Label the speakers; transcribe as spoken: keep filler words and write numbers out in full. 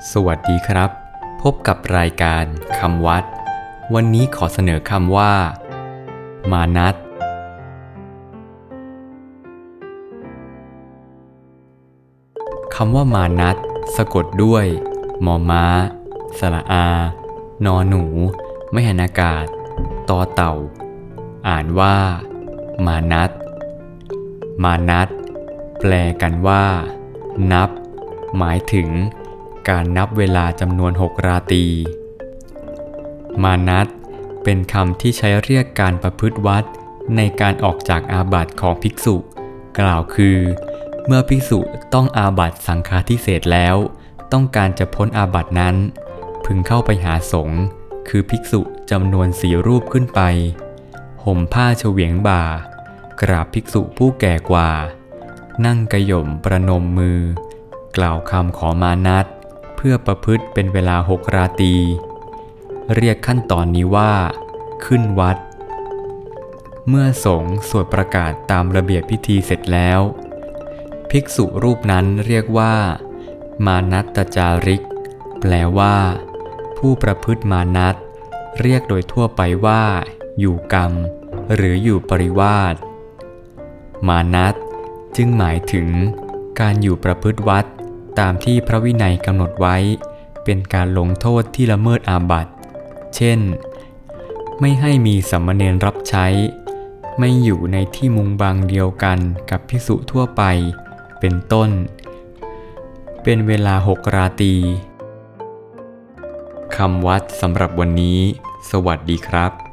Speaker 1: สวัสดีครับพบกับรายการคำวัดวันนี้ขอเสนอคำว่ามานัสคำว่ามานัสสะกดด้วยมอม้าสระอานอหนูไม่หันอากาศตอเต่าอ่านว่ามานัสมานัสแปลกันว่านับหมายถึงการนับเวลาจำนวนหกราตรีมานัสเป็นคำที่ใช้เรียกการประพฤติวัดในการออกจากอาบัติของภิกษุกล่าวคือเมื่อภิกษุต้องอาบัติสังฆาทิเศษแล้วต้องการจะพ้นอาบัตินั้นพึงเข้าไปหาสงฆ์คือภิกษุจำนวนสี่รูปขึ้นไปห่มผ้าเฉวียงบ่ากราบภิกษุผู้แก่กว่านั่งกหย่มประนมมือกล่าวคำขอมานัสเพื่อประพฤติเป็นเวลาหกราตรีเรียกขั้นตอนนี้ว่าขึ้นวัดเมื่อสงฆ์สวดประกาศตามระเบียบพิธีเสร็จแล้วภิกษุรูปนั้นเรียกว่ามานัตตจาริกแปลว่าผู้ประพฤติมานัสเรียกโดยทั่วไปว่าอยู่กรรมหรืออยู่ปริวาสมานัสจึงหมายถึงการอยู่ประพฤติวัดตามที่พระวินัยกำหนดไว้เป็นการลงโทษที่ละเมิดอาบัติเช่นไม่ให้มีสามเณรรับใช้ไม่อยู่ในที่มุงบังเดียวกันกับภิกษุทั่วไปเป็นต้นเป็นเวลาหกราตรีคำวัดสำหรับวันนี้สวัสดีครับ